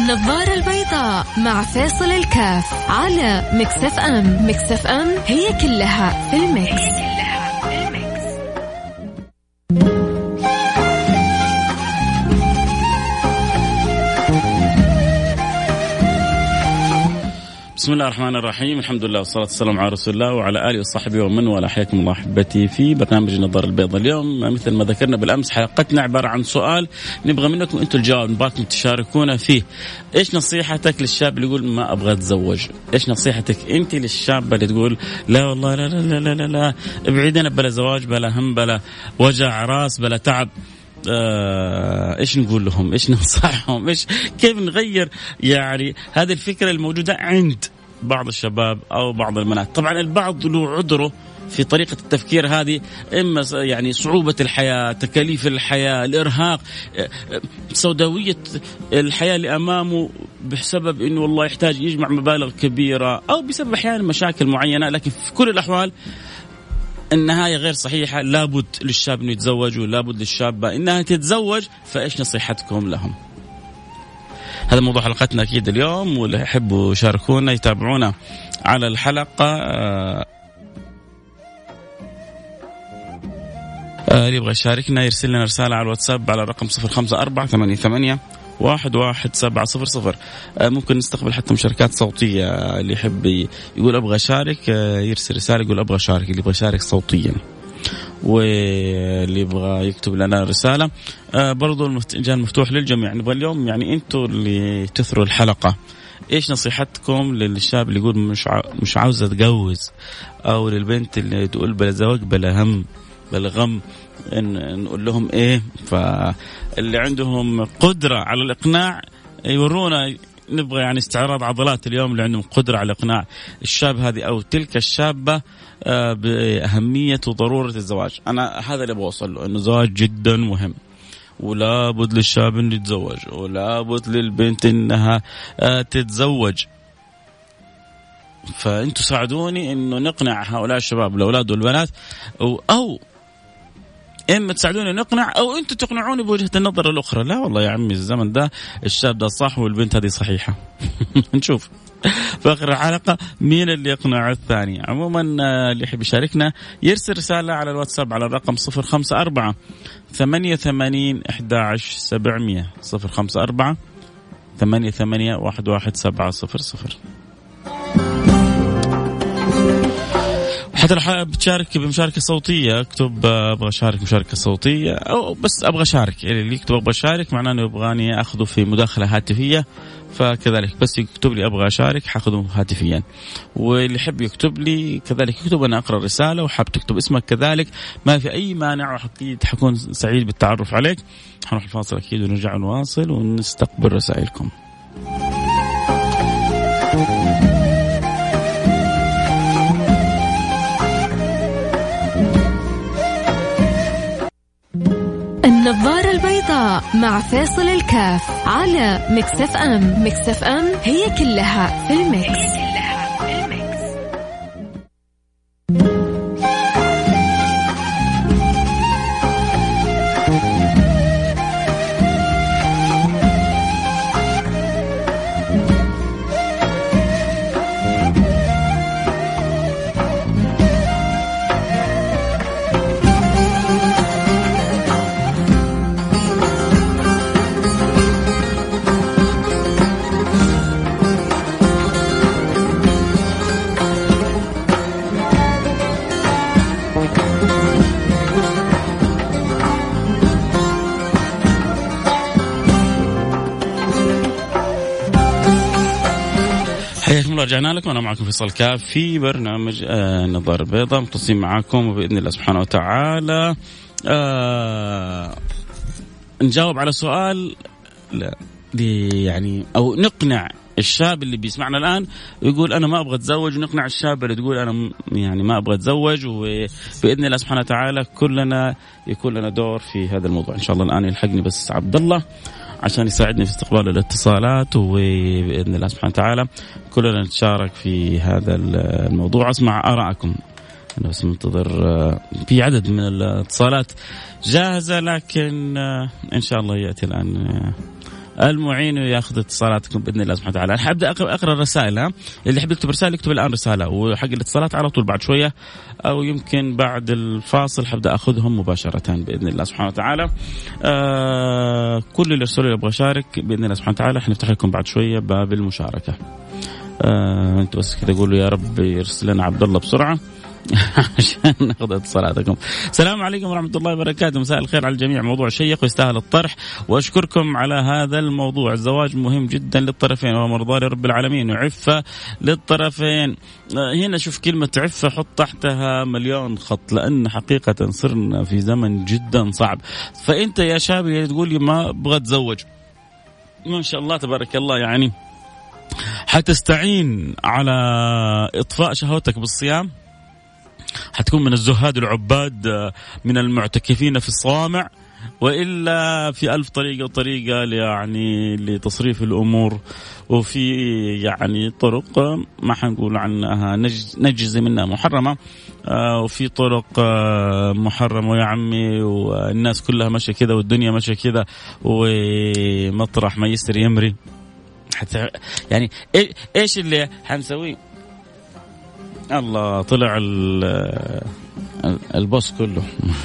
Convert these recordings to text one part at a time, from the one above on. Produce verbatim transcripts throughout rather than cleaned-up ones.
النظارة البيضاء مع فاصل الكاف على ميكس اف ام. ميكس اف ام هي كلها في الميكس. بسم الله الرحمن الرحيم. الحمد لله والصلاة والسلام على رسول الله وعلى آله وصحبه ومن والاه. حياكم الله أحبتي في برنامج النظارة البيضاء. اليوم مثل ما ذكرنا بالأمس حلقتنا عبارة عن سؤال نبغى منكم أنتم الجواب، نبغاكم تشاركونا فيه. إيش نصيحتك للشاب اللي يقول ما أبغى أتزوج؟ إيش نصيحتك أنت للشاب اللي تقول لا والله لا لا لا لا لا, لا. ابعدنا بلا زواج بلا هم بلا وجع راس بلا تعب؟ آه، إيش نقول لهم؟ إيش ننصحهم؟ إيش كيف نغير يعني هذه الفكرة الموجودة عند بعض الشباب أو بعض البنات؟ طبعا البعض له عذره في طريقة التفكير هذه، إما يعني صعوبة الحياة، تكاليف الحياة، الإرهاق، سوداوية الحياة اللي أمامه بسبب إنه والله يحتاج يجمع مبالغ كبيرة، أو بسبب أحيانا مشاكل معينة. لكن في كل الأحوال النهاية غير صحيحة. لابد للشاب إنه يتزوج ولابد للشابة إنها تتزوج. فإيش نصيحتكم لهم؟ هذا موضوع حلقتنا أكيد اليوم، واللي يحبوا يشاركونا يتابعونا على الحلقة. اللي يبغى يشاركنا يرسل لنا رسالة على الواتساب على رقم صفر خمسة أربعة ثمانية ثمانية واحد واحد سبعة صفر صفر. ممكن نستقبل حتى مشاركات صوتية. اللي يحب يقول أبغى أشارك يرسل رسالة يقول أبغى أشارك، اللي يبغى يشارك صوتيا، واللي يبغى يكتب لنا رسالة برضو المجال مفتوح للجميع. نبغى اليوم يعني أنتوا اللي تثروا الحلقة. إيش نصيحتكم للشاب اللي يقول مش مش عاوز أتجوز، أو للبنت اللي تقول بلا زواج بلا هم بلا غم؟ إن نقول لهم إيه؟ فاللي عندهم قدرة على الإقناع يورونا. نبغى يعني استعراض عضلات اليوم اللي عندهم قدرة على إقناع الشاب هذه أو تلك الشابة بأهمية وضرورة الزواج. أنا هذا اللي بوصل له، إنه الزواج جدا مهم، ولا بد للشاب إنه يتزوج، ولا بد للبنت إنها تتزوج. فأنتوا ساعدوني إنه نقنع هؤلاء الشباب الأولاد والبنات، أو, أو إما تساعدوني نقنع أو أنتوا تقنعوني بوجهة النظر الأخرى. لا والله يا عمي الزمن ده الشاب ده صح والبنت هذه صحيحة. نشوف في آخر الحلقة مين اللي يقنع الثاني. عموما اللي يحب يشاركنا يرسل رسالة على الواتساب على الرقم صفر خمسة أربعة ثمانية ثمانين أحد عشر سبعمية صفر خمسة أربعة ثمانية ثمانية واحد واحد سبعة صفر صفر. حتى لو حابب تشارك بمشاركة صوتية اكتب أبغى أشارك مشاركة صوتية، أو بس أبغى أشارك. يعني اللي يكتب أبغى أشارك معناه أنه يبغاني أخذه في مداخلة هاتفية، فكذلك بس يكتب لي أبغى أشارك حأخذه هاتفيا. واللي يحب يكتب لي كذلك يكتب، أنا أقرأ الرسالة، وحاب تكتب اسمك كذلك ما في أي مانع، وأكيد حكون سعيد بالتعرف عليك. حنروح الفاصل أكيد ونرجع نواصل ونستقبل رسائلكم. النظارة البيضاء مع فاصل الكاف على ميكس اف ام. ميكس اف ام هي كلها في الميكس. حياكم الله، رجعنا لكم. أنا معكم فيصل كاف في برنامج آه النظارة البيضاء، متصلين معكم وبإذن الله سبحانه وتعالى آه نجاوب على سؤال لا يعني أو نقنع الشاب اللي بيسمعنا الآن ويقول أنا ما أبغى أتزوج، ونقنع الشاب اللي تقول أنا يعني ما أبغى أتزوج. وبإذن الله سبحانه وتعالى كلنا يكون لنا دور في هذا الموضوع إن شاء الله. الآن يلحقني بس عبد الله عشان يساعدني في استقبال الاتصالات، وبإذن الله سبحانه وتعالى كلنا نتشارك في هذا الموضوع. أسمع آراءكم. أنا بس منتظر، في عدد من الاتصالات جاهزة، لكن إن شاء الله يأتي الآن المعين ياخذ اتصالاتكم باذن الله سبحانه وتعالى. انا حابدا اقرا الرسائل، ها اللي يحب يكتب رساله يكتب الان رساله، وحق الاتصالات على طول بعد شويه او يمكن بعد الفاصل حابدا اخذهم مباشره باذن الله سبحانه وتعالى. آه كل اللي يرسلوا يبغى يشارك باذن الله سبحانه وتعالى حنفتح لكم بعد شويه باب المشاركه. آه انتوا بس كذا قولوا يا رب يرسل لنا عبد الله بسرعه عشان ناخذ اتصالاتكم. السلام عليكم ورحمة الله وبركاته، مساء الخير على الجميع. موضوع شيق ويستاهل الطرح، وأشكركم على هذا الموضوع. الزواج مهم جدا للطرفين وهو مرضى رب العالمين وعفة للطرفين. هنا شوف كلمة عفة حط تحتها مليون خط، لأن حقيقة صرنا في زمن جدا صعب. فأنت يا شابي تقول لي ما أبغى أتزوج، ما شاء الله تبارك الله، يعني حتستعين على إطفاء شهوتك بالصيام، حتكون من الزهاد العباد من المعتكفين في الصوامع، وإلا في ألف طريقة وطريقة يعني لتصريف الأمور، وفي يعني طرق ما حنقول عنها نجزي منها محرمة، وفي طرق محرمة يا عمي، والناس كلها ماشية كذا والدنيا ماشية كذا، ومطرح ما يسري يمري. حتى يعني إيش اللي حنسويه؟ الله طلع البوس كله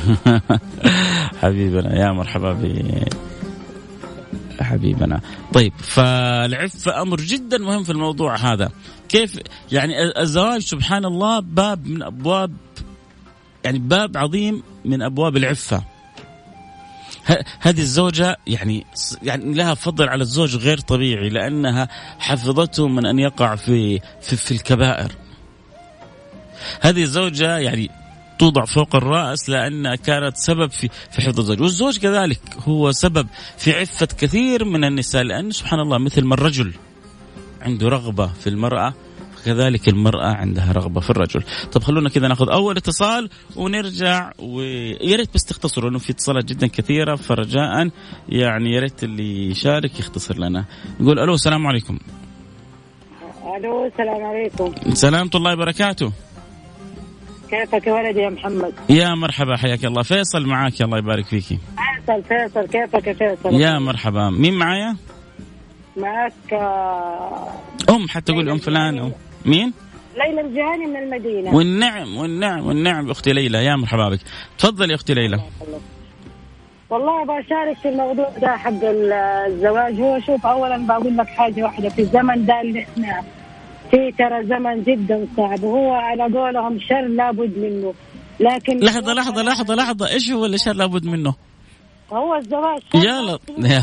حبيبنا يا مرحبا بي حبيبنا. طيب فالعفة أمر جدا مهم في الموضوع هذا. كيف يعني الزواج سبحان الله باب من أبواب، يعني باب عظيم من أبواب العفة. هذه الزوجة يعني يعني لها فضل على الزوج غير طبيعي، لأنها حفظته من أن يقع في في, في الكبائر. هذه الزوجة يعني توضع فوق الرأس لأنها كانت سبب في في حفظ الزوج، والزوج كذلك هو سبب في عفة كثير من النساء، لأن سبحان الله مثل ما الرجل عنده رغبة في المرأة فكذلك المرأة عندها رغبة في الرجل. طب خلونا كذا ناخذ أول اتصال ونرجع، ويا ريت بس تختصروا لأنه في اتصالات جدا كثيرة، فرجاء يعني يا ريت اللي يشارك يختصر لنا. نقول ألو السلام عليكم. ألو السلام عليكم. سلامة الله وبركاته. كيفك يا ولدي يا محمد؟ يا مرحبا حياك الله. فيصل معاك الله يبارك فيكي. فيصل فيصل كيفك يا فيصل؟ يا مرحبا. مين معايا؟ معك أم، حتى تقول أم فلان. أم مين؟ ليلى الجهاني من المدينة. والنعم والنعم والنعم أختي ليلى، يا مرحبا بك. تفضل يا أختي ليلى. والله بشارك في الموضوع ده حق الزواج. هو شوف أولا بقول لك حاجة واحدة، في الزمن ده اللي احنا في ترى زمن جدا صعب، وهو على قولهم شر لابد منه. لكن لحظة لحظة لحظة لحظة إيش هو اللي شر لابد منه؟ هو الزواج يا لا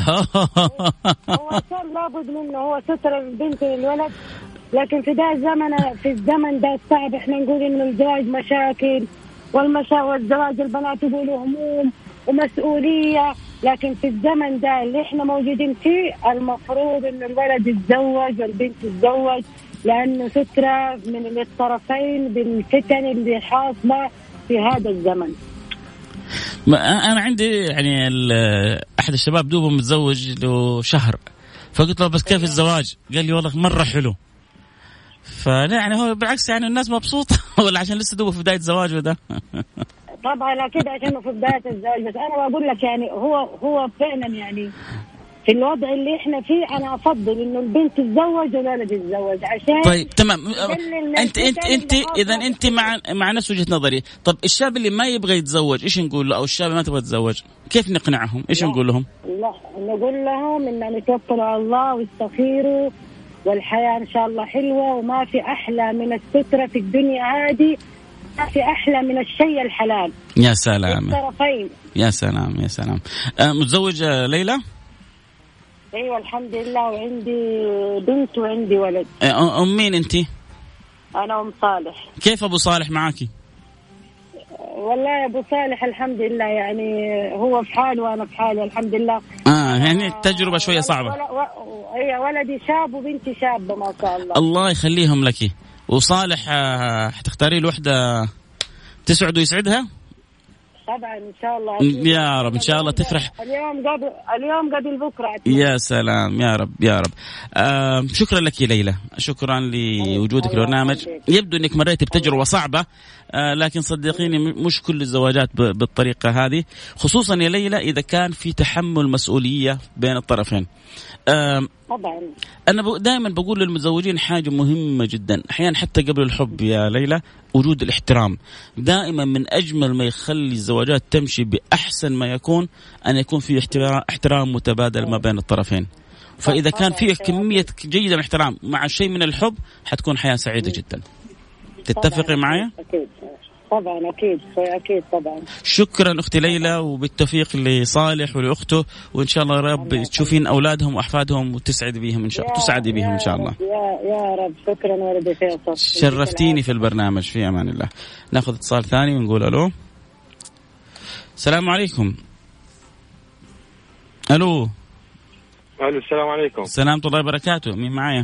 هو شر لابد منه، هو ستر البنت والولد. لكن في ده الزمن في الزمن ده الصعب احنا نقول انه الزواج مشاكل، والمشا والزواج البنات يقولوا هموم ومسؤولية. لكن في الزمن ده اللي احنا موجودين فيه المفروض انه الولد يتزوج والبنت تتزوج، لأنه سترة من الطرفين بالفتن اللي حاصلة في هذا الزمن. أنا عندي يعني أحد الشباب دوبه متزوج له شهر، فقلت له بس كيف الزواج؟ قال لي والله مرة حلو. فلا يعني هو بالعكس يعني الناس مبسوطة ولا عشان لسه دوبه في بداية زواجه ده؟ طبعا لا كده عشان في بداية الزواج. بس أنا بقول لك يعني هو هو فعلا يعني في الوضع اللي احنا فيه انا افضل انه البنت تتزوج والولد يتزوج عشان. طيب تمام. انت انت انت اذا انت مع مع نفس وجهة نظري. طب الشاب اللي ما يبغى يتزوج ايش نقول له؟ او الشاب ما تبغى تتزوج كيف نقنعهم؟ ايش نقول لهم؟ لا نقول لهم ان يتوكلوا على الله ويستخيروا، والحياة ان شاء الله حلوة، وما في احلى من السترة في الدنيا هذه، ما في احلى من الشيء الحلال. يا سلام. الطرفين. يا سلام يا سلام. أه متزوجة ليلى؟ ايوه الحمد لله، وعندي بنت وعندي ولد. ام مين انتي؟ انا ام صالح. كيف ابو صالح معاكي؟ والله ابو صالح الحمد لله يعني هو في حاله وانا في حالي الحمد لله. اه يعني التجربه شويه صعبه. اي ولدي شاب وبنتي شابه ما شاء الله. الله يخليهم لك. وصالح حتختاري له وحده تسعد ويسعدها؟ طبعا ان شاء الله. يا رب ان شاء الله تفرح. اليوم قبل اليوم قبل بكره. يا سلام يا رب يا رب. آه شكرا لك ليلى، شكرا لوجودك في البرنامج. يبدو انك مريت بتجربه صعبه، آه لكن صدقيني مش كل الزواجات بالطريقه هذه، خصوصا يا ليلى اذا كان في تحمل مسؤوليه بين الطرفين. آه طبعا أنا دائما بقول للمتزوجين حاجة مهمة جدا، أحيانا حتى قبل الحب يا ليلى، وجود الاحترام. دائما من أجمل ما يخلي الزواجات تمشي بأحسن ما يكون أن يكون في احترام متبادل ما بين الطرفين. فإذا كان في كمية جيدة من الاحترام مع شيء من الحب حتكون حياة سعيدة جدا. تتفقي معي؟ أكيد طبعا أكيد أكيد طبعا. شكرا أختي ليلى، وبالتوفيق لصالح ولأخته، وإن شاء الله رب تشوفين أولادهم وأحفادهم وتسعد بهم إن شاء الله، تسعدي بهم إن شاء الله. يا يا رب. شكرا ولدي فيصل، شرفتيني في البرنامج. في أمان الله. ناخذ اتصال ثاني ونقول ألو. السلام عليكم. ألو. ألو السلام عليكم. السلام ورحمة الله وبركاته. مين معايا؟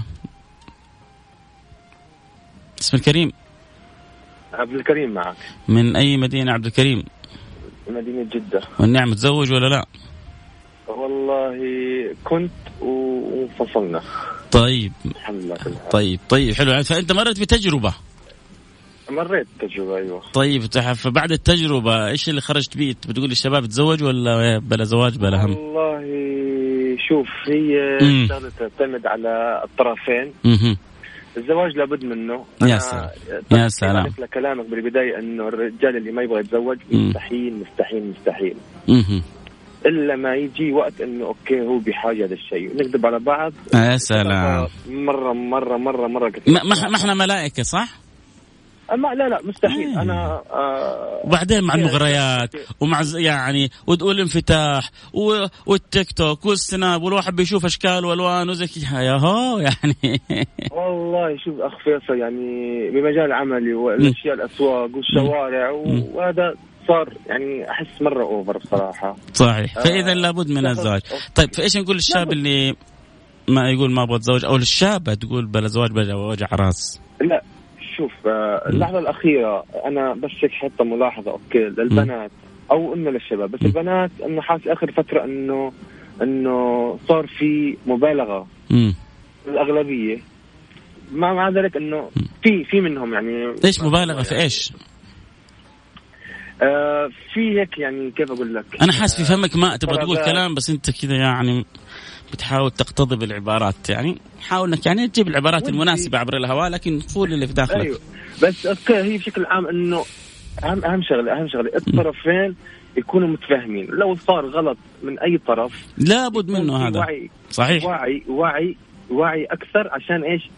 اسم الكريم. عبد الكريم معك. من أي مدينة عبد الكريم؟ مدينة جدة. والنعم متزوج ولا لا؟ والله كنت وانفصلنا. طيب الحمد لله. طيب طيب حلو. فأنت مرت بتجربة. مريت تجربة أيوة. طيب فبعد التجربة إيش اللي خرجت بيه؟ بتقول الشباب تزوج ولا بلا زواج بلا هم؟ والله شوف، هي شغلة تعتمد على الطرفين. مم. الزواج لابد منه. يا سلام يا سلام. كلامك بالبداية إنه الرجال اللي ما يبغى يتزوج مستحيل مستحيل مستحيل. مم. إلا ما يجي وقت إنه أوكي هو بحاجة هذا الشيء، نكذب على بعض. يا سلام. مرة مرة مرة مرة كثير. ما ما إحنا ملائكة صح؟ أما لا لا مستحيل. أيه. أنا آه وبعدين مع المغريات ومع يعني والانفتاح والتيك توك والسناب، والواحد بيشوف أشكال والوان وزكي يا هو يعني. والله شوف أخ فيصل، يعني بمجال عملي والأشياء الأسواق والشوارع وهذا صار يعني أحس مرة أوفر بصراحة. صحيح. فإذا لابد من الزواج. طيب فإيش نقول للشاب اللي ما يقول ما أبغى أتزوج، أو للشابة تقول بلا زواج بلا وجع راس؟ لا شوف، اللحظة الأخيرة أنا بس حتى ملاحظة أوكي للبنات أو إنه للشباب، بس البنات إنه حاس آخر فترة إنه إنه صار في مبالغة الأغلبية. مع مع ذلك إنه في في منهم يعني. إيش مبالغة في إيش؟ آه في هيك يعني كيف أقول لك، أنا حاس في فمك ما تبغى تقول كلام، بس أنت كذا يعني بتحاول تقتضي بالعبارات، يعني حاول انك يعني تجيب العبارات المناسبة عبر الهواء، لكن قول اللي في داخلك. أيوه. بس اوكي هي بشكل عام انه اهم اهم شغله اهم شغله الطرفين يكونوا متفاهمين. لو صار غلط من اي طرف لابد منه هذا. وعي. صحيح. وعي وعي وعي اكثر عشان ايش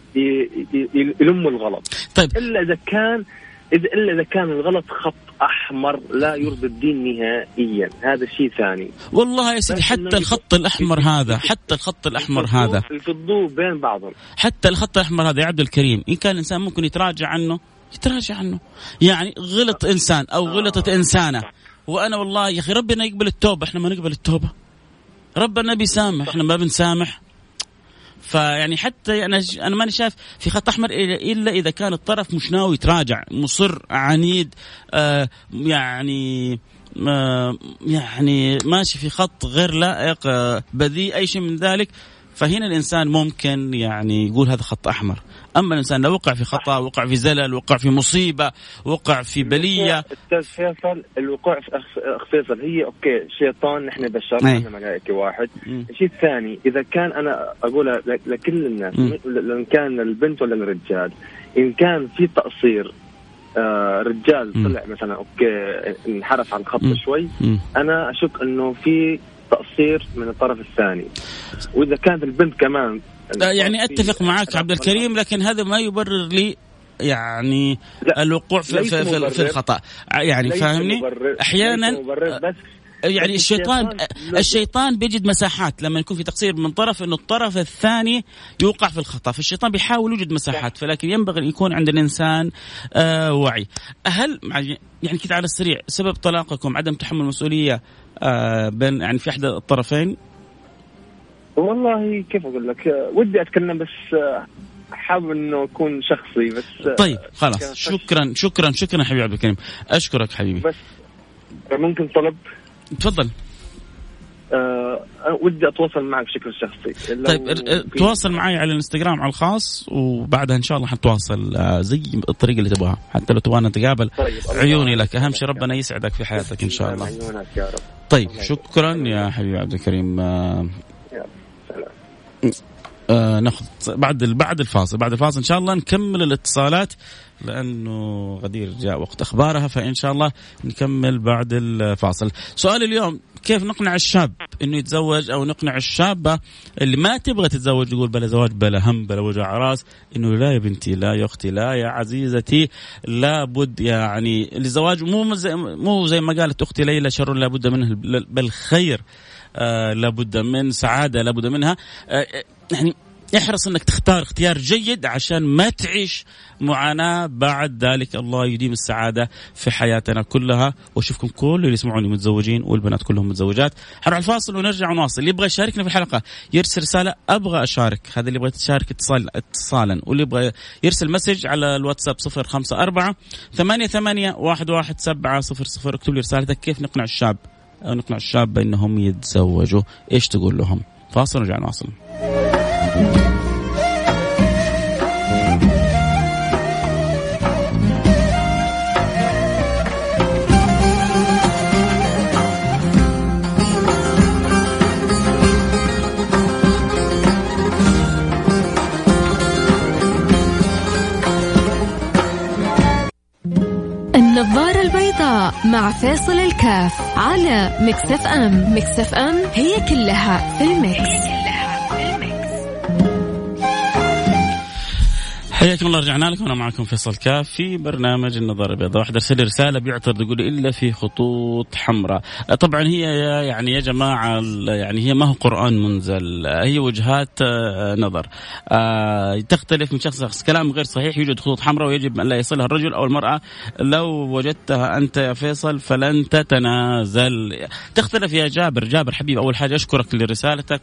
يلموا الغلط. طيب الا اذا كان إذا إلا إذا كان الغلط خط أحمر لا يرضي الدين نهائيا، هذا شيء ثاني. والله يا سيدي حتى الخط الأحمر هذا حتى الخط الأحمر هذا يفضوا بين بعضهم. حتى الخط الأحمر هذا يا عبد الكريم، إن كان الإنسان ممكن يتراجع عنه يتراجع عنه. يعني غلط إنسان أو غلطت إنسانة، وأنا والله يا أخي ربنا يقبل التوبة، إحنا ما نقبل التوبة. ربنا بيسامح، إحنا ما بنسامح. فيعني حتى أنا أنا ماني شايف في خط أحمر إلا إذا كان الطرف مش ناوي يتراجع، مصر عنيد، آه يعني آه يعني ماشي في خط غير لائق، آه بذيء، أي شيء من ذلك. فهنا الإنسان ممكن يعني يقول هذا خط أحمر. أما الإنسان لو وقع في خطأ، وقع في زلل، وقع في مصيبة، وقع في بلية. أستاذ فيصل الوقوع في أخ فيصل هي أوكي شيطان، نحن بشر، نحن ملائكة واحد. الشيء الثاني إذا كان أنا أقولها لكل الناس، إن كان البنت ولا الرجال، إن كان في تقصير آه رجال طلع مثلا أوكي انحرف عن الخط شوي، أنا أشك إنه في تقصير من الطرف الثاني. وإذا كانت البنت كمان يعني أتفق معك عبد الكريم، لكن هذا ما يبرر لي يعني الوقوع في, في, في, في الخطأ. يعني فاهمني أحيانا يعني الشيطان الشيطان بيجد مساحات لما يكون في تقصير من طرف إنه الطرف الثاني يوقع في الخطأ، فالشيطان بيحاول يوجد مساحات. فلكن ينبغي أن يكون عند الإنسان آه وعي. هل يعني كده على السريع سبب طلاقكم عدم تحمل مسؤولية آه بين يعني في أحد الطرفين؟ والله كيف أقول لك، ودي أتكلم بس حابب إنه يكون شخصي بس. طيب خلاص، شكرا شكرا شكرا حبيبي عبد الكريم، أشكرك حبيبي. بس ممكن طلب؟ تفضل. أه ودي أتواصل معك بشكل شخصي. طيب تواصل معي على الانستغرام على الخاص، وبعدها إن شاء الله حنتواصل زي الطريقة اللي تبغاها، حتى لو تبغى نتقابل. طيب عيوني لك، أهم شيء ربنا يسعدك في حياتك إن شاء الله. عيونك يا رب. طيب شكرا يا حبيبي عبد الكريم. آه ناخذ بعد بعد الفاصل بعد الفاصل إن شاء الله نكمل الاتصالات، لأنه غدير جاء وقت أخبارها، فإن شاء الله نكمل بعد الفاصل. سؤال اليوم: كيف نقنع الشاب إنه يتزوج، أو نقنع الشابة اللي ما تبغى تتزوج، يقول بلا زواج بلا هم بلا وجع راس، إنه لا يا بنتي، لا يا أختي، لا يا عزيزتي، لابد يعني الزواج مو زي مو زي ما قالت أختي ليلى شر لابد منه بل خير، آه لابد من سعادة لابد منها. آه يعني احرص انك تختار اختيار جيد عشان ما تعيش معاناة بعد ذلك. الله يديم السعادة في حياتنا كلها. واشوفكم كل اللي يسمعوني متزوجين والبنات كلهم متزوجات. حنروح الفاصل ونرجع ونواصل. اللي يبغى يشاركنا في الحلقة يرسل رسالة ابغى اشارك، هذا اللي يبغى تشارك اتصال اتصالا، واللي يبغى يرسل مسج على الواتساب صفر خمسة أربعة ثمانية ثمانية واحد واحد سبعة صفر صفر. اكتب لي رسالتك كيف نقنع الشاب او نقنع الشاب انهم يتزوجوا، ايش تقول لهم؟ فاصل ونرجع نواصل. النظارة البيضاء مع فاصل الكاف على ميكس اف ام. ميكس اف ام هي كلها في الميكس. حياكم الله، رجعنا لكم. أنا معكم فيصل كاف في برنامج النظارة البيضاء. واحد أرسل رسالة بيعترض يقول إلا في خطوط حمراء. طبعا هي يعني يا جماعة يعني هي ما هو قرآن منزل، هي وجهات نظر تختلف من شخص لشخص. كلام غير صحيح، يوجد خطوط حمراء ويجب أن لا يصلها الرجل أو المرأة. لو وجدتها أنت يا فيصل فلن تتنازل. تختلف يا جابر. جابر حبيب، أول حاجة أشكرك لرسالتك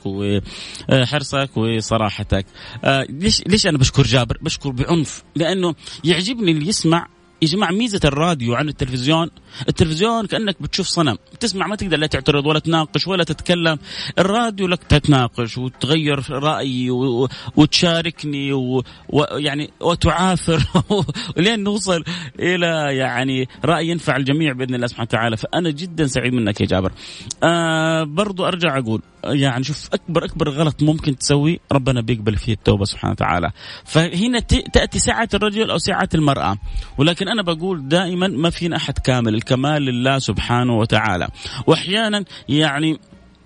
وحرصك وصراحتك. ليش ليش أنا بشكر جابر؟ بشكر بعنف، لأنه يعجبني اللي يسمع. يا جماعة ميزة الراديو عن التلفزيون، التلفزيون كأنك بتشوف صنم، تسمع ما تقدر لا تعترض ولا تناقش ولا تتكلم. الراديو لك تتناقش وتغير رأيي وتشاركني ويعني وتعافر ولين نوصل إلى يعني رأي ينفع الجميع بإذن الله سبحانه وتعالى. فأنا جدا سعيد منك يا جابر. آه برضو أرجع أقول يعني شوف، أكبر أكبر غلط ممكن تسوي ربنا بيقبل فيه التوبة سبحانه وتعالى. فهنا تأتي ساعة الرجل أو ساعة المرأة، ولكن أنا بقول دائما ما فينا أحد كامل، الكمال لله سبحانه وتعالى. وأحيانا يعني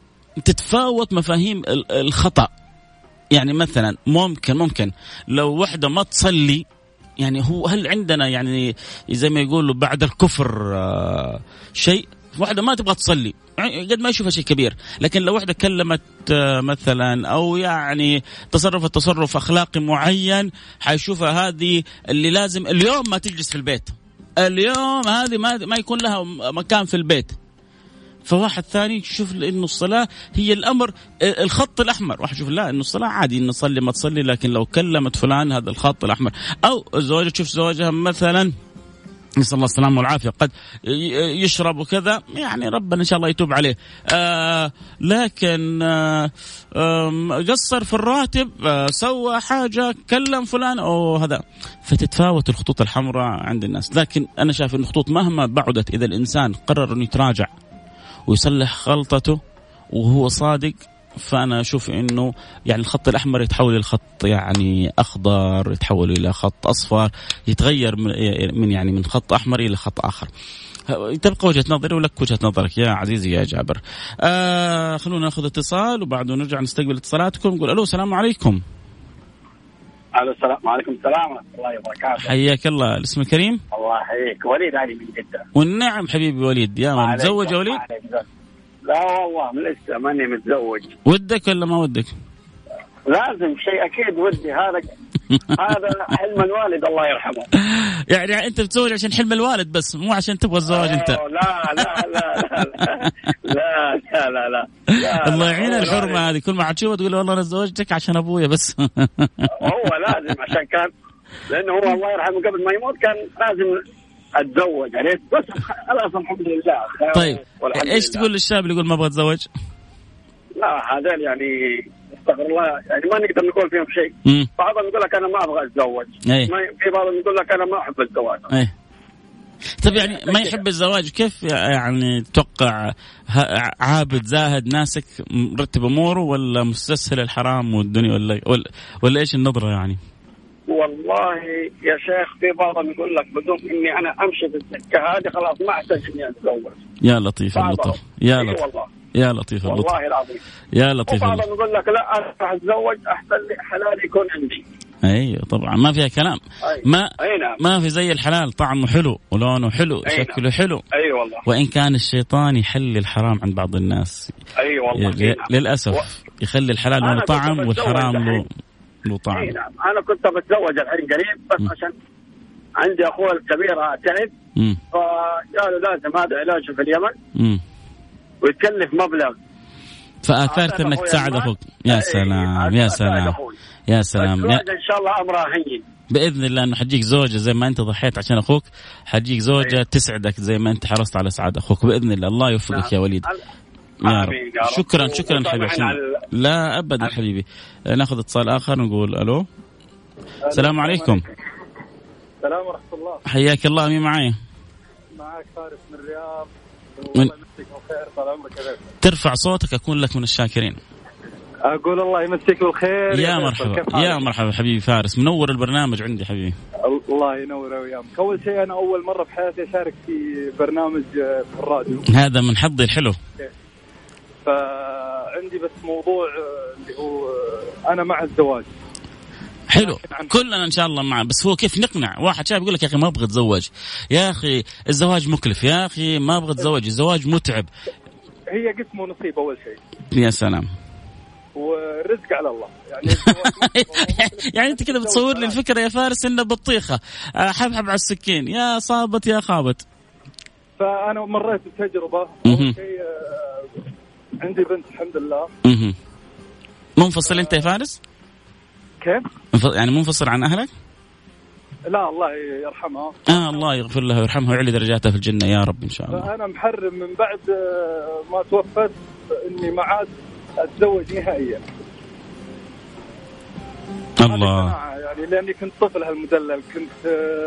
تتفاوت مفاهيم الخطأ. يعني مثلا ممكن ممكن لو وحدة ما تصلي، يعني هو هل عندنا يعني زي ما يقولوا بعد الكفر شيء؟ واحدة ما تبغى تصلي قد ما يشوفها شيء كبير، لكن لو واحدة كلمت مثلا أو يعني تصرفت تصرف أخلاقي معين حيشوفها هذه اللي لازم اليوم ما تجلس في البيت، اليوم هذه ما ما يكون لها مكان في البيت. فواحد ثاني يشوف إنه الصلاة هي الأمر الخط الأحمر، واحد يشوف لا إنه الصلاة عادي إنه تصلي ما تصلي، لكن لو كلمت فلان هذا الخط الأحمر. أو الزوجة تشوف زوجها مثلا نسأل الله السلامة والعافية قد يشرب وكذا، يعني ربنا إن شاء الله يتوب عليه، آه لكن آه قصر في الراتب، آه سوى حاجة، كلم فلان أو هذا. فتتفاوت الخطوط الحمراء عند الناس. لكن أنا شايف إن الخطوط مهما بعدت، إذا الإنسان قرر أن يتراجع ويصلح غلطته وهو صادق، فأنا أشوف إنه يعني الخط الأحمر يتحول إلى خط يعني أخضر، يتحول إلى خط أصفر، يتغير من يعني من خط أحمر إلى خط آخر. تبقى وجهة نظري ولك وجهة نظرك يا عزيزي يا جابر. آه خلونا نأخذ اتصال وبعده نرجع نستقبل اتصالاتكم. نقول ألو السلام عليكم. ألو السلام عليكم. السلام ورحمة الله وبركاته. حياك الله. الاسم الكريم؟ الله يحييك. وليد علي من جدة. والنعم حبيبي وليد. يا من متزوج يا وليد؟ لا والله لسه ماني متزوج. ودك ولا ما ودك؟ لازم شيء أكيد ودي. هذا هذا حلم الوالد الله يرحمه. يعني أنت بتزوج عشان حلم الوالد بس، مو عشان تبغى الزواج أنت؟ لا لا لا لا لا لا لا لا, لا الله يعين الحرمة هذه. كل ما عتشوفه تقول والله أنا زوجتك عشان أبويا بس. هو لازم عشان كان، لأنه هو الله يرحمه قبل ما يموت كان لازم اتزوج يعني بس خلاص الحمد لله. طيب ايش لله. تقول للشاب اللي يقول ما ابغى اتزوج؟ لا هذول يعني استغفر الله يعني ما نقدر نقول فيهم شيء. بعضهم يقول لك انا ما ابغى اتزوج، في بعضهم يقول لك انا ما احب الزواج. أي. طيب يعني ما يحب الزواج كيف يعني تتوقع؟ عابد زاهد ناسك مرتب اموره ولا مستسهل الحرام والدنيا ولا ولا, ولا ايش النظره يعني؟ والله يا شيخ في بعضهم يقول لك بدون اني انا امشي في السكه هذه خلاص ما احتاج اني اتزوج. يا لطيف اللطف يا لطيف والله. يا لطيف اللطف والله العظيم يا لطيف. وبعضهم يقول لك لا انا راح اتزوج احسن لي حلال يكون عندي. ايوه طبعا ما فيها كلام. أيوة. ما أيوة. ما في زي الحلال، طعمه حلو ولونه حلو أيوة. شكله حلو. اي أيوة والله. وان كان الشيطان يحلي الحرام عند بعض الناس. اي أيوة والله. ل... للاسف و... يخلي الحلال له طعم والحرام له له طعم. اي نعم انا كنت بتزوج الحين قريب بس م. عشان عندي اخوه الكبير تعب فقالوا لازم هذا علاجه في اليمن م. ويتكلف مبلغ فآثرت انك تساعد اخوك. يا سلام يا سلام يا سلام. يا ان شاء الله امرها هين باذن الله انه حتجيك زوجه زي ما انت ضحيت عشان اخوك، حتجيك زوجه أيه. تسعدك زي ما انت حرصت على سعاد اخوك باذن الله. الله يوفقك يا وليد. يا رب. شكرا شكرا حبيبي. لا ابدا حبيبي. ناخذ اتصال اخر نقول الو. السلام عليكم. السلام ورحمه الله. حياك الله. مين معايا؟ معك فارس من الرياض. من... ترفع صوتك أكون لك من الشاكرين. أقول الله يمسك بالخير يا مرحبا يا مرحبا حبيبي فارس، منور البرنامج عندي حبيبي. الله ينور وياك. أول شيء أنا أول مرة في حياتي أشارك في برنامج في الراديو، هذا من حظي الحلو. فعندي بس موضوع اللي هو أنا مع الزواج. حلو كلنا ان شاء الله معه، بس هو كيف نقنع واحد شاب يقول لك يا اخي ما ابغى اتزوج، يا اخي الزواج مكلف، يا اخي ما ابغى اتزوج الزواج متعب. هي قسم ونصيب اول شيء. يا سلام. والرزق على الله يعني. يعني انت كده بتصور لي الفكره يا فارس انه بطيخه حبحب على السكين، يا صابت يا خابت. فانا مريت بتجربه. اول شيء عندي بنت الحمد لله. اها منفصل انت يا فارس؟ كيف؟ يعني منفصل عن أهلك؟ لا الله يرحمها. آه الله يغفر لها ويرحمها ويعلي درجاتها في الجنة يا رب إن شاء الله. أنا محرم من بعد ما توفت إني ما عاد أتزوج نهائيا. الله. يعني لأني كنت طفل هالمدلل كنت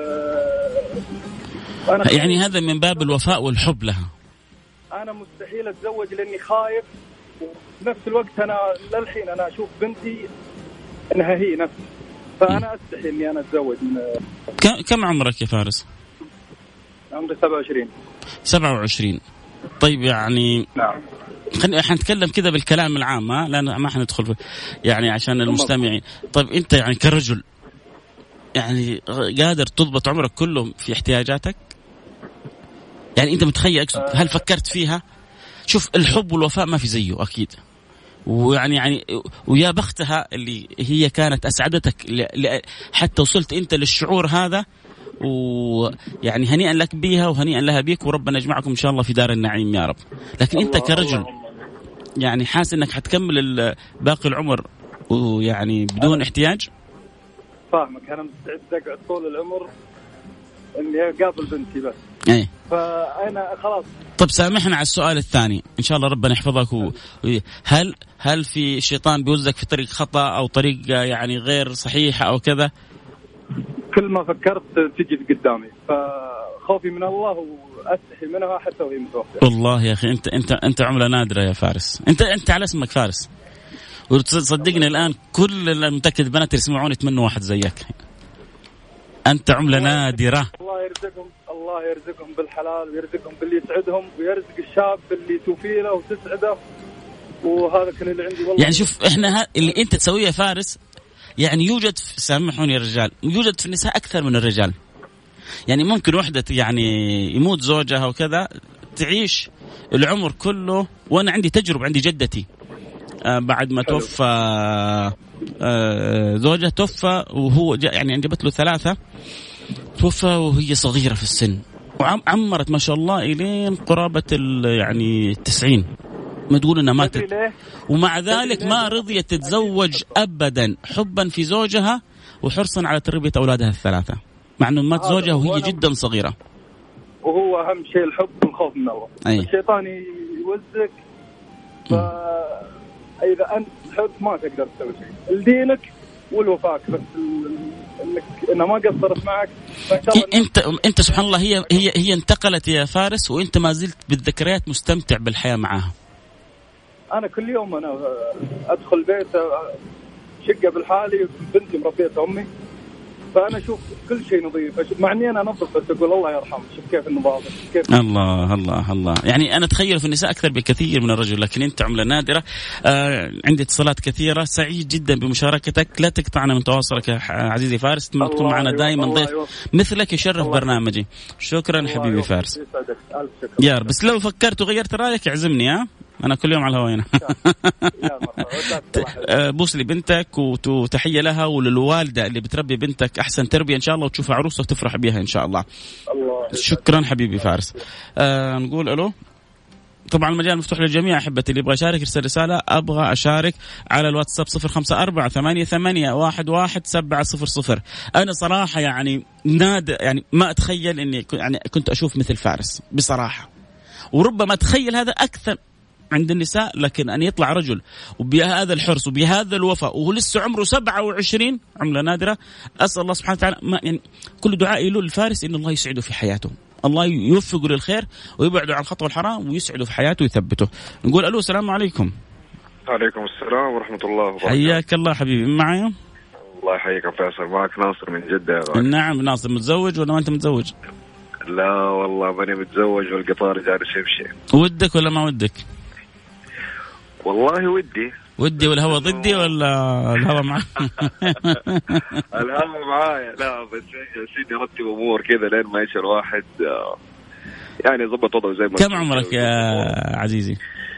أنا يعني هذا من باب الوفاء والحب لها. أنا مستحيل أتزوج لأني خايف، وفي نفس الوقت أنا للحين أنا أشوف بنتي انها هي نفس، فانا استحي اني انا اتزوج من. كم عمرك يا فارس؟ عمري سبعة وعشرين. سبعة وعشرين. طيب يعني نعم خلينا حنتكلم كذا بالكلام العام، ها لا ما حندخل في يعني عشان المستمعين. طيب انت يعني كرجل يعني قادر تضبط عمرك كله في احتياجاتك؟ يعني انت متخيل اقصد هل فكرت فيها؟ شوف الحب والوفاء ما في زيه اكيد، ويعني يعني ويا بختها اللي هي كانت أسعدتك حتى وصلت أنت للشعور هذا، ويعني هنيئا لك بيها وهنيئا لها بيك، وربنا يجمعكم إن شاء الله في دار النعيم يا رب. لكن أنت كرجل يعني حاسس أنك حتكمل باقي العمر ويعني بدون احتياج؟ فاهمك. أنا مستعد أقعد طول العمر إني أقابل بنتي بس. أي. فأنا خلاص. طب سامحنا على السؤال الثاني إن شاء الله ربنا يحفظك. و... هل هل في شيطان بيوزك في طريق خطأ أو طريق يعني غير صحيح أو كذا؟ كل ما فكرت تجي قدامي، فخوفي من الله وأستحي منها حتى وهي متوفية. والله يا أخي أنت أنت أنت عملة نادرة يا فارس. أنت أنت على اسمك فارس، وتصدقني الآن كل المتأكد بنات يسمعون يتمنوا واحد زيك. أنت عملة نادرة. الله يرزقهم الله يرزقهم بالحلال ويرزقهم باللي يسعدهم ويرزق الشاب اللي توفي له وتسعده، وهذا كل اللي عندي والله. يعني شوف احنا ها اللي انت تسويه فارس يعني يوجد في سامحوني يا رجال، يوجد في النساء اكثر من الرجال. يعني ممكن وحدة يعني يموت زوجها وكذا تعيش العمر كله. وانا عندي تجربة، عندي جدتي آه بعد ما توفى آه زوجها توفى وهو يعني جابت له ثلاثة، توفى وهي صغيرة في السن، وعمرت ما شاء الله إلين قرابة يعني التسعين، ما تقول إنها ماتت، ومع ذلك ما رضيت تتزوج أبدا حبا في زوجها وحرصا على تربية أولادها الثلاثة، مع أنه مات زوجها وهي جدا صغيرة. وهو أهم شيء الحب والخوف من الله. أي. الشيطان يوزك، فإذا أنت تحب ما تقدر تسوي شيء. لدينك والوفاك، بس انك انها ما قصرت معك. انت انت سبحان الله، هي هي هي انتقلت يا فارس، وانت ما زلت بالذكريات مستمتع بالحياه معها. انا كل يوم انا ادخل بيت شقه بالحالي، بنتي مربيتها امي، فانا اشوف كل شيء نظيف، مع اني انا انظف بس اقول الله يرحمه، شوف كيف النظافه كيف. الله الله الله، يعني انا اتخيل في النساء اكثر بكثير من الرجل، لكن انت عمله نادره. آه عندي اتصالات كثيره، سعيد جدا بمشاركتك، لا تقطعنا من تواصلك يا عزيزي فارس، تكون معنا دائما ضيف مثلك يشرف برنامجي. شكرا حبيبي فارس، يا رب. بس لو فكرت وغيرت رايك اعزمني، ها أنا كل يوم على الهواء هنا. بوس لي بنتك وتحية لها وللوالدة اللي بتربي بنتك أحسن تربية إن شاء الله، وتشوفها عروسة وتفرح بها إن شاء الله. شكرا حبيبي فارس. آه نقول ألو. طبعا المجال مفتوح للجميع أحبتي، اللي يبغى يشارك يرسل رسالة أبغى أشارك على الواتساب صفر خمسة أربعة ثمانية ثمانية واحد واحد سبعة صفر صفر. أنا صراحة يعني ناد يعني ما أتخيل إني يعني كنت أشوف مثل فارس بصراحة، وربما أتخيل هذا أكثر عند النساء، لكن أن يطلع رجل وبهذا الحرص وبهذا الوفاء وهو لسه عمره سبعة وعشرين، عملة نادرة. أسأل الله سبحانه وتعالى ما يعني كل دعائي له الفارس إن الله يسعده في حياته، الله يوفقه للخير ويبعده عن الخطأ والحرام ويسعده في حياته ويثبته. نقول ألو، السلام عليكم. عليكم السلام ورحمة الله وبركاته. حياك الله حبيبي، معي. الله يحييك فيصل، معك ناصر من جدة يا غالي. نعم ناصر، متزوج ولا ما أنت متزوج؟ لا والله ماني متزوج والقطار جالس يمشي. ودك ولا ما ودك؟ والله ودي ودي والهوى ضدي ولا الهوى معي؟ الهوى معايا، لا بس جالسين نرتب امور كذا لين ما يصير الواحد يعني ضبط وضعه زي ما. كم عمرك يا عزيزي؟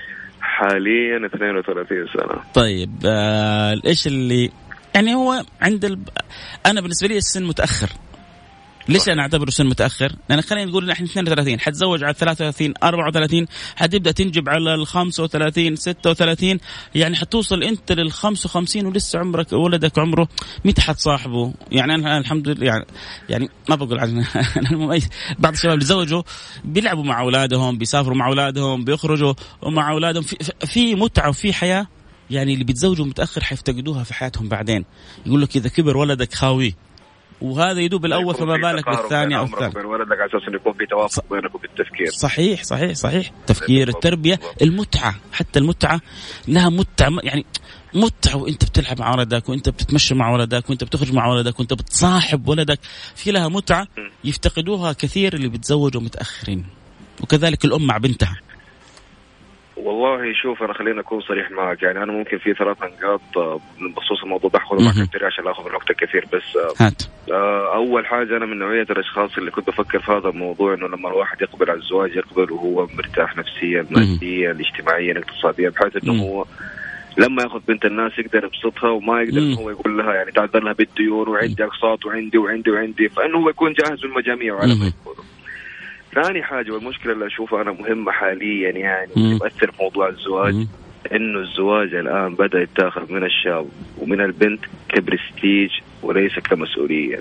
حاليا اثنين وثلاثين سنة. طيب آه، ايش اللي يعني هو عند ال... انا بالنسبه لي السن متاخر. ليش أنا أعتبره سن متأخر؟ لأن خلينا نقول إحنا اثنين وثلاثين، حتزوج على ثلاثة وثلاثين أربعة وثلاثين، حتبدأ تنجب على الخمسة وثلاثين ستة وثلاثين، يعني حتوصل أنت للخمسة وخمسين ولسه عمرك ولدك عمره متى حتصاحبه؟ يعني أنا الحمد لله يعني يعني ما بقول عن بعض الشباب اللي تزوجوا بيلعبوا مع أولادهم، بيسافروا مع أولادهم، بيخرجوا مع أولادهم، في, في متعة وفي حياة. يعني اللي بيتزوجوا متأخر حيفتقدوها في حياتهم بعدين. يقول لك إذا كبر ولدك خاويه، وهذا يدوب الأول فما بالك بالثاني أو الثالث. ولدك على أساس إنه يكون في توافق بينك وبالتفكير. صحيح صحيح صحيح. تفكير، التربية، المتعة، حتى المتعة لها متعة، يعني متعة وأنت بتلعب مع ولدك، وأنت بتتمشى مع ولدك، وأنت بتخرج مع ولدك، وأنت بتصاحب ولدك، في لها متعة يفتقدوها كثير اللي بيتزوجوا متأخرين. وكذلك الأم مع بنتها. والله شوف أنا خلينا أكون صريح معك، يعني أنا ممكن في ثلاث نقاط بخصوص الموضوع بأخذ معك كثير عشان لا أخذ من وقتك كثير، بس هات. أول حاجة أنا من نوعية الأشخاص اللي كنت بفكر في هذا الموضوع، إنه لما الواحد يقبل على الزواج يقبل وهو مرتاح نفسيا ماديا اجتماعيا اقتصاديا، بحيث إنه هو لما ياخذ بنت الناس يقدر يبسطها وما يقدر إنه هو يقول لها يعني تعذر لها بالديون وعندي أقساط وعندي وعندي وعندي، فإنه هو يكون جاهز من المجاميع وعلى ما يقولوا. ثاني حاجة والمشكلة اللي أشوفها أنا مهمة حاليا يعني تؤثر في موضوع الزواج، إنه الزواج الآن بدأ يتاخذ من الشاب ومن البنت كبرستيج وليس كمسؤولية.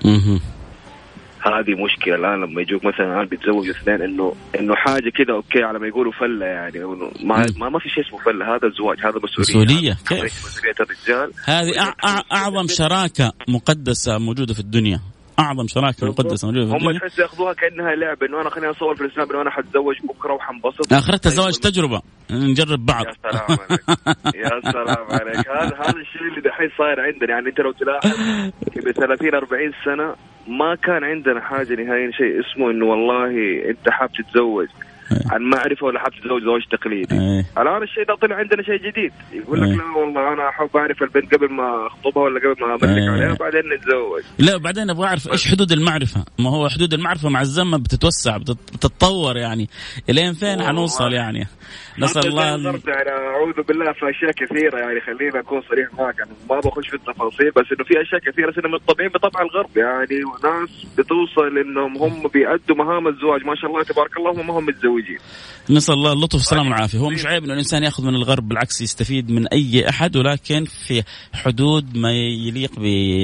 هذه مشكلة الآن لما يجوك مثلا الآن بيتزوجوا اثنين إنه إنه حاجة كده أوكي على ما يقولوا فلة، يعني ما ما ما في شيء اسمه فلة، هذا الزواج هذا مسؤولية. مسؤولية كيف؟ مسؤولية الرجال. هذه أعظم شراكة مقدسة موجودة في الدنيا. أعظم شراكة مقدسة موجودة في الدنيا. هم تحس يأخذوها كأنها لعبة، إنه أنا خليني أصور في الإسلام إنه أنا حتزوج بكرة وحنبسط. آخرتها الزواج تجربة، نجرب بعض. يا سلام عليك يا سلام عليك. هذا هذا الشيء اللي دحين صاير عندنا. يعني أنت لو تلاحظ بثلاثين أربعين سنة ما كان عندنا حاجة نهائيا شيء اسمه إنه والله أنت حاب تتزوج عن معرفة ولا حاب تتزوج زواج تقليدي. الآن الشيء ده طلع عندنا شيء جديد، يقول لك لا والله أنا أحب أعرف البنت قبل ما أخطبها ولا قبل ما أملك عليها بعدين نتزوج. لا بعدين أبغى أعرف إيش حدود المعرفة. ما هو حدود المعرفة مع الزمن بتتوسع بتتطور، يعني إلين فين حنوصل يعني. نسأل الله. يعني أعوذ بالله في أشياء كثيرة، يعني خلينا أكون صريح معك، يعني ما بخش في التفاصيل، بس إنه في أشياء كثيرة سنة من الطبيعي بطبع الغرب، يعني وناس بتوصل إنهم هم بيأدوا مهام الزواج ما شاء الله تبارك الله وما هم متزوجين. نسأل الله اللطف والسلام والعافية. هو مش عيب إنه الإنسان يأخذ من الغرب، بالعكس يستفيد من أي أحد، ولكن في حدود ما يليق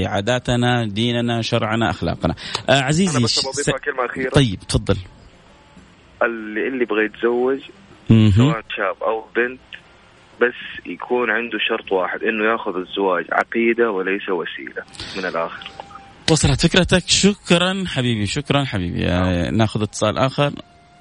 بعاداتنا ديننا شرعنا أخلاقنا. آه عزيزي س... طيب تفضل. اللي اللي يبغى يتزوج سواء شاب أو بنت بس يكون عنده شرط واحد، إنه يأخذ الزواج عقيدة وليس وسيلة. من الآخر وصلت فكرتك. شكرا حبيبي، شكرا حبيبي. آه ناخذ اتصال آخر.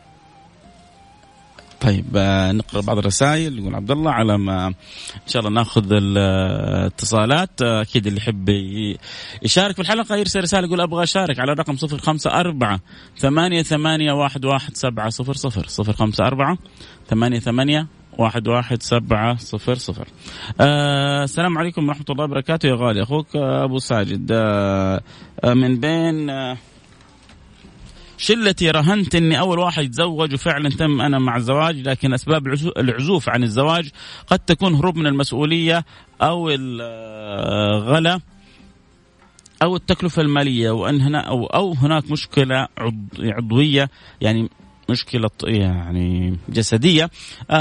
طيب آه نقرأ بعض الرسائل. يقول عبد الله على ما إن شاء الله ناخذ الاتصالات. آه أكيد اللي يحب يشارك في الحلقة يرسل رسالة يقول أبغى أشارك على رقم صفر خمسة أربعة ثمانية ثمانية واحد واحد سبعة صفر صفر صفر خمسة أربعة ثمانية ثمانية واحد واحد سبعة صفر صفر. آه السلام عليكم ورحمة الله وبركاته يا غالي. أخوك آه أبو ساجد. آه آه من بين آه شلتي رهنت أني أول واحد يتزوج، وفعلا تم أنا مع الزواج، لكن أسباب العزوف عن الزواج قد تكون هروب من المسؤولية أو الغلا أو التكلفة المالية، وأن هنا أو أو هناك مشكلة عضوية، يعني مشكلة يعني جسدية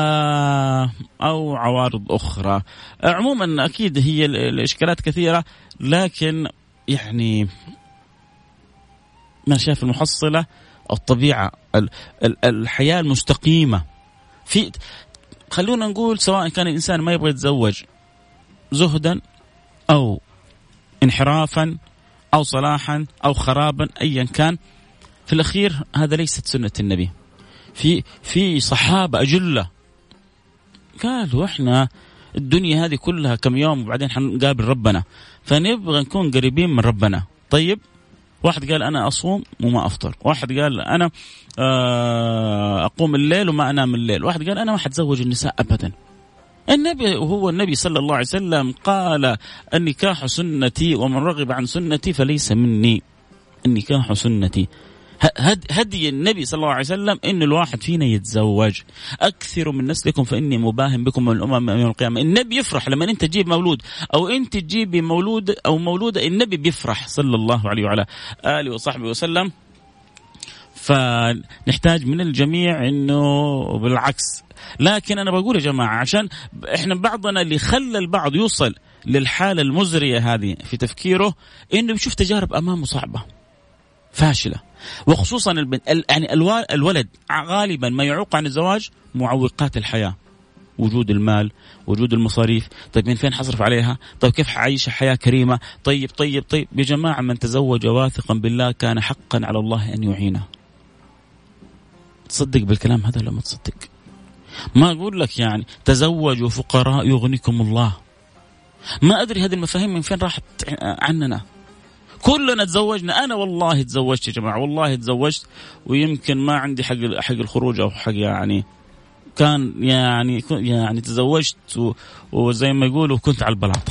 أو عوارض أخرى. عموما أكيد هي الإشكالات كثيرة، لكن يعني ما شاف المحصلة الطبيعة الحياة المستقيمة. في خلونا نقول سواء كان الإنسان ما يبغى يتزوج زهدا أو انحرافا أو صلاحا أو خرابا أيا كان، في الأخير هذا ليست سنة النبي. في في صحابة أجلة قالوا إحنا الدنيا هذه كلها كم يوم وبعدين حنقابل ربنا، فنبغى نكون قريبين من ربنا. طيب واحد قال أنا أصوم وما أفطر، واحد قال أنا أقوم الليل وما أنام الليل، واحد قال أنا ما حتزوج النساء أبدا. النبي وهو النبي صلى الله عليه وسلم قال النكاح سنتي ومن رغب عن سنتي فليس مني. النكاح سنتي، هدي النبي صلى الله عليه وسلم إن الواحد فينا يتزوج. أكثر من نسلكم فإني مباهم بكم من الأمم يوم القيامة. النبي يفرح لما أنت تجيب مولود أو أنت تجيبي مولود أو مولودة، النبي بيفرح صلى الله عليه وعلى آله وصحبه وسلم. فنحتاج من الجميع إنه بالعكس. لكن أنا بقول يا جماعة، عشان إحنا بعضنا اللي خلى البعض يوصل للحالة المزرية هذه في تفكيره إنه بيشوف تجارب أمامه صعبة فاشلة، وخصوصا البنت. يعني الولد غالبا ما يعوق عن الزواج معوقات الحياة، وجود المال، وجود المصاريف. طيب من فين حصرف عليها؟ طيب كيف حعيش حياة كريمة؟ طيب طيب طيب يا جماعة، من تزوج واثقا بالله كان حقا على الله أن يعينه. تصدق بالكلام هذا ولا ما تصدق؟ ما أقول لك يعني تزوجوا فقراء يغنيكم الله. ما أدري هذه المفاهيم من فين راحت عننا. كلنا تزوجنا. أنا والله تزوجت يا جماعة، والله تزوجت ويمكن ما عندي حق حق الخروج أو حق يعني كان يعني يعني تزوجت وزي ما يقولوا كنت على البلاطة.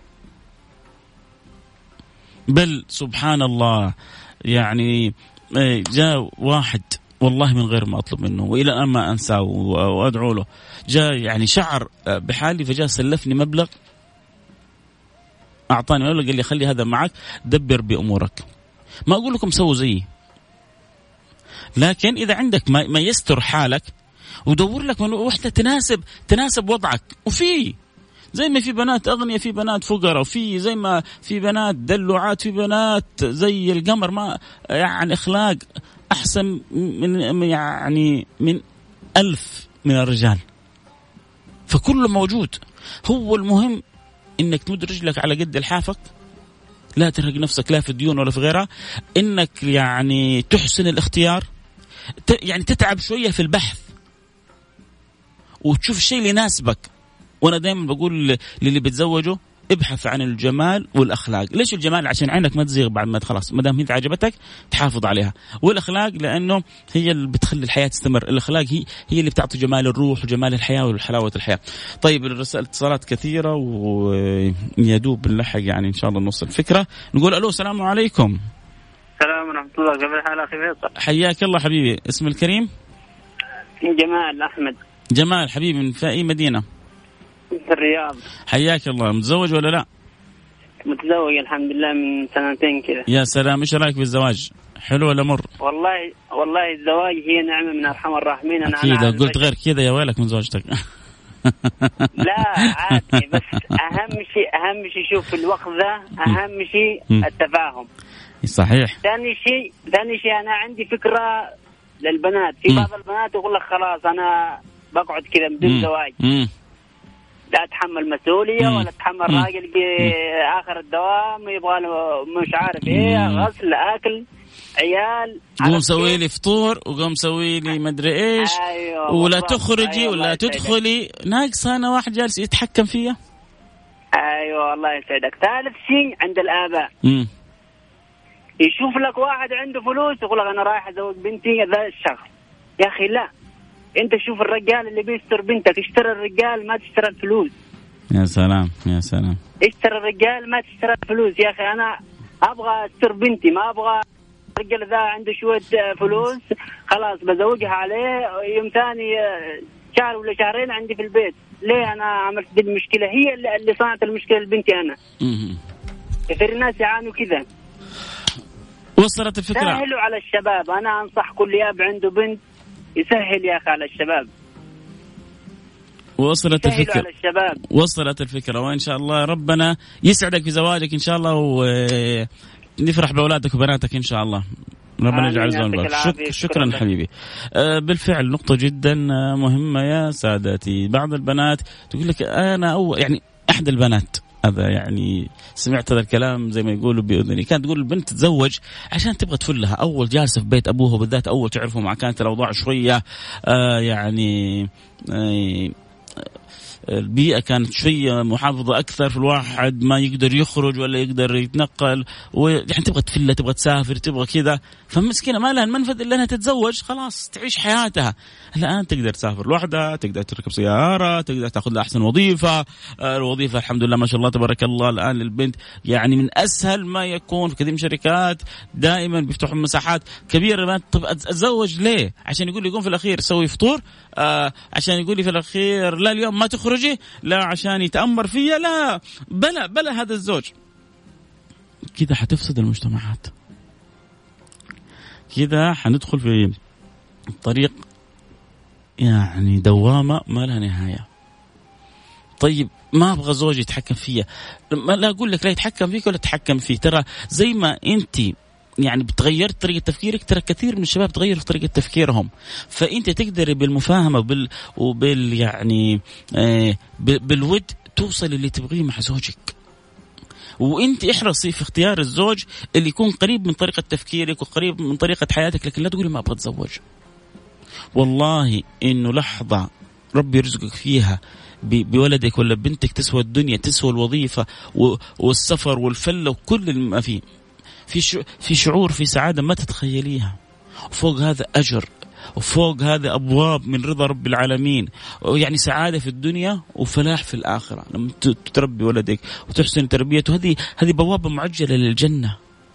بل سبحان الله يعني جاء واحد والله من غير ما أطلب منه وإلى الآن ما أنساه وأدعو له، جاء يعني شعر بحالي فجاء سلفني مبلغ، أعطاني مبلغ قال لي خلي هذا معك دبر بأمورك. ما أقول لكم سووا زيي، لكن إذا عندك ما يستر حالك ودور لك من وحدة تناسب تناسب وضعك. وفي زي ما في بنات أغنياء، في بنات فقراء، وفي زي ما في بنات دلوعات، في بنات زي القمر ما يعني أخلاق أحسن من يعني من ألف من الرجال، فكله موجود. هو المهم إنك تمد رجلك على قد الحافك، لا ترهق نفسك لا في الديون ولا في غيرها، إنك يعني تحسن الاختيار، يعني تتعب شوية في البحث وتشوف الشيء اللي يناسبك. وأنا دائما بقول للي بتزوجوا ابحث عن الجمال والأخلاق. ليش الجمال؟ عشان عينك ما تزيغ بعد ما خلاص، ما دام هي عجبتك تحافظ عليها. والأخلاق لأنه هي اللي بتخلي الحياة تستمر. الأخلاق هي هي اللي بتعطي جمال الروح وجمال الحياة وحلاوة الحياة. طيب الرسائل اتصالات كثيرة ويدوب نلحق يعني إن شاء الله نوصل الفكرة. نقول ألو السلام عليكم. السلام ورحمة الله. قبل حال أخي فيصل. حياك الله حبيبي. اسم الكريم؟ جمال أحمد. جمال حبيبي من في أي مدينة؟ في الرياض. حياك الله. متزوج ولا لا؟ متزوج الحمد لله من سنتين كذا. يا سلام. ايش رايك بالزواج؟ حلو ولا مر؟ والله والله الزواج هي نعمة من أرحم الراحمين. أنا أكيد قلت غير كذا يا ويلك من زوجتك. لا عادي، بس أهم شيء أهم شيء شوف في الوقت ذا أهم شيء التفاهم. صحيح. ثاني شيء ثاني شيء أنا عندي فكرة للبنات. في بعض البنات يقول لك خلاص أنا بقعد كذا بدون زواج، لا أتحمل مسؤولية ولا أتحمل راجل آخر الدوام يبغى له مش عارف إيه، غسل أكل عيال، قوم سوي لي فطور وقوم سوي لي مدري إيش. أيوة ولا تخرجي أيوة ولا تدخلي، ناقص أنا واحد جالس يتحكم فيها. أيوة الله يسعدك. ثالث شيء عند الآباء، مم. يشوف لك واحد عنده فلوس يقول لك أنا رايح أزوج بنتي ذا الشخص. يا أخي لا، أنت شوف الرجال اللي بيشتري بنتك، اشترى الرجال ما تشترى الفلوس. يا سلام يا سلام. اشترى الرجال ما تشترى الفلوس. يا أخي أنا أبغى أشتري بنتي، ما أبغى الرجال ذا عنده شوية فلوس خلاص بزوجها عليه، يوم ثاني شهر ولا شهرين عندي في البيت. ليه أنا عملت دي المشكلة؟ هي اللي, اللي صنعت المشكلة لبنتي أنا. كثير الناس يعانوا كذا. وصلت الفكرة. سهلوا على الشباب. أنا أنصح كل أب عنده بنت يسهل يا أخي على الشباب. وصلت الفكرة على الشباب. وصلت الفكرة، وإن شاء الله ربنا يسعدك في زواجك إن شاء الله، ونفرح بأولادك وبناتك إن شاء الله. ربنا يجعل زوجك. شك... شكرا حبيبي. آه بالفعل نقطة جدا مهمة يا سادتي. بعض البنات تقول لك أنا أو يعني أحد البنات هذا يعني سمعت هذا الكلام زي ما يقولوا بأذني، كانت تقول البنت تتزوج عشان تبغى تفلها، أول جالسة في بيت أبوها بالذات، أول تعرفوا مع كانت الأوضاع شوية آه يعني آه البيئة كانت شوية محافظة أكثر، في الواحد ما يقدر يخرج ولا يقدر يتنقل، ويعني تبغى تفلة تبغى تسافر تبغى كذا، فمسكينة ما لها المنفذ إلا أنها تتزوج خلاص تعيش حياتها. الآن تقدر تسافر لوحدها، تقدر تركب سيارة، تقدر تأخذ لها أحسن وظيفة. الوظيفة الحمد لله ما شاء الله تبارك الله الآن للبنت يعني من أسهل ما يكون. في كثير من شركات دائما بيفتحوا مساحات كبيرة. طب أتزوج ليه؟ عشان يقول لي يقوم في الأخير سوي فطور، آه عشان يقول لي في الأخير لا اليوم ما تخرجي، لا عشان يتأمر فيها، لا بلا بلا هذا الزوج. كذا حتفسد المجتمعات، كذا حندخل في طريق يعني دوامة ما لها نهاية. طيب ما أبغى زوج يتحكم فيها، لا أقول لك لا يتحكم فيك ولا تتحكم فيه. ترى زي ما أنت يعني بتغير طريقة تفكيرك، ترى كثير من الشباب تغير في طريقة تفكيرهم. فأنت تقدر بالمفاهمة وبال, وبال يعني آه بالود توصل اللي تبغيه مع زوجك. وانت احرصي في اختيار الزوج اللي يكون قريب من طريقة تفكيرك وقريب من طريقة حياتك، لكن لا تقولي ما أبغى أتزوج. والله إنه لحظة ربي يرزقك فيها بولدك ولا بنتك تسوى الدنيا، تسوى الوظيفة والسفر والفلة وكل ما فيه. في في شعور في سعادة ما تتخيليها، وفوق هذا أجر، وفوق هذا أبواب من رضا رب العالمين، يعني سعادة في الدنيا وفلاح في الآخرة لما تربي ولدك وتحسن تربيته. هذه هذه بوابة معجلة للجنة.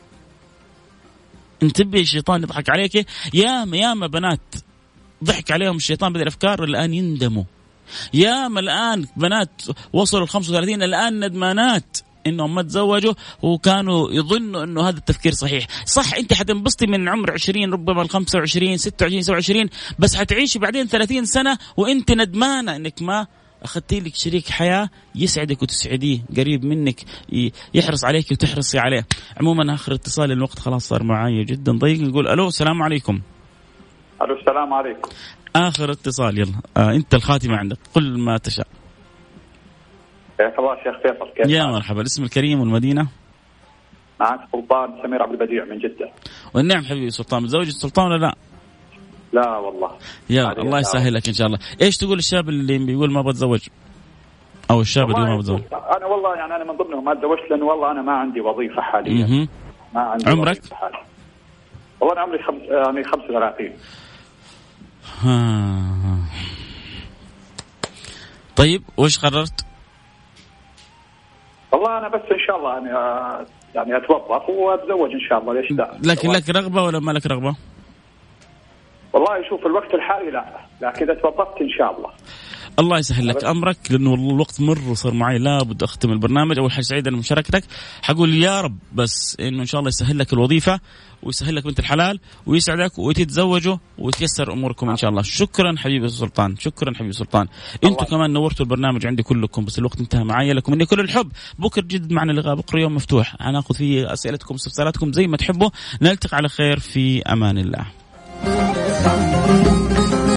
انتبه الشيطان يضحك عليك. ياما ياما بنات ضحك عليهم الشيطان بهذه الأفكار الآن يندموا. ياما الآن بنات وصلوا الخمسة وثلاثين الآن ندمانات إنهم ما تزوجوا وكانوا يظنوا إنه هذا التفكير صحيح. صح أنت حتنبسطي من عمر عشرين ربما الخمسة وعشرين ستة وعشرين سبعة وعشرين، بس حتعيشي بعدين ثلاثين سنة وأنت ندمانة إنك ما أخذتي لك شريك حياة يسعدك وتسعديه قريب منك يحرص عليك وتحرصي عليه. عموما آخر اتصال، الوقت خلاص صار معي جدا ضيق. نقول ألو السلام عليكم. ألو السلام عليكم. آخر اتصال يلا. آه أنت الخاتمة عندك، قل ما تشاء. صباح شيخ فيصل كيف؟ يا مرحبا. الاسم الكريم والمدينة؟ معك سلطان سمير عبد البديع من جدة. والنعم حبيبي سلطان. متزوج السلطان ولا لا؟ لا والله. يا الله يسهل لك إن شاء الله. إيش تقول الشاب اللي بيقول ما بتزوج أو الشاب اللي ما بتزوج؟ أنا والله يعني أنا من ضمنهم ما تزوجت لأنه والله أنا ما عندي وظيفة حاليا. م- ما عندي. عمرك؟ والله أنا عمري خمس يعني خمسة وثلاثين. طيب وش قررت؟ والله أنا بس إن شاء الله يعني يعني أتوظف وأتزوج إن شاء الله. ليش لا؟ لكن لك رغبة ولا ما لك رغبة؟ والله شوف الوقت الحالي لا، لكن إذا توظفت إن شاء الله. الله يسهل لك أمرك، لأنه والله الوقت مر صار معي لابد أختم البرنامج. أول حاجة سعيد لمشاركتك، حقول يا رب بس إنه إن شاء الله يسهل لك الوظيفة ويسهل لك بنت الحلال ويسعدك وتتزوجوا وتيسر أموركم إن شاء الله. شكرا حبيبي سلطان، شكرا حبيبي سلطان. أنتوا كمان نورتوا البرنامج عندي كلكم، بس الوقت انتهى معايا. لكم مني كل الحب. بكرة جد معنا لقاء، بكرة يوم مفتوح هناخذ فيه أسئلتكم واستفساراتكم زي ما تحبوا. نلتقي على خير في أمان الله.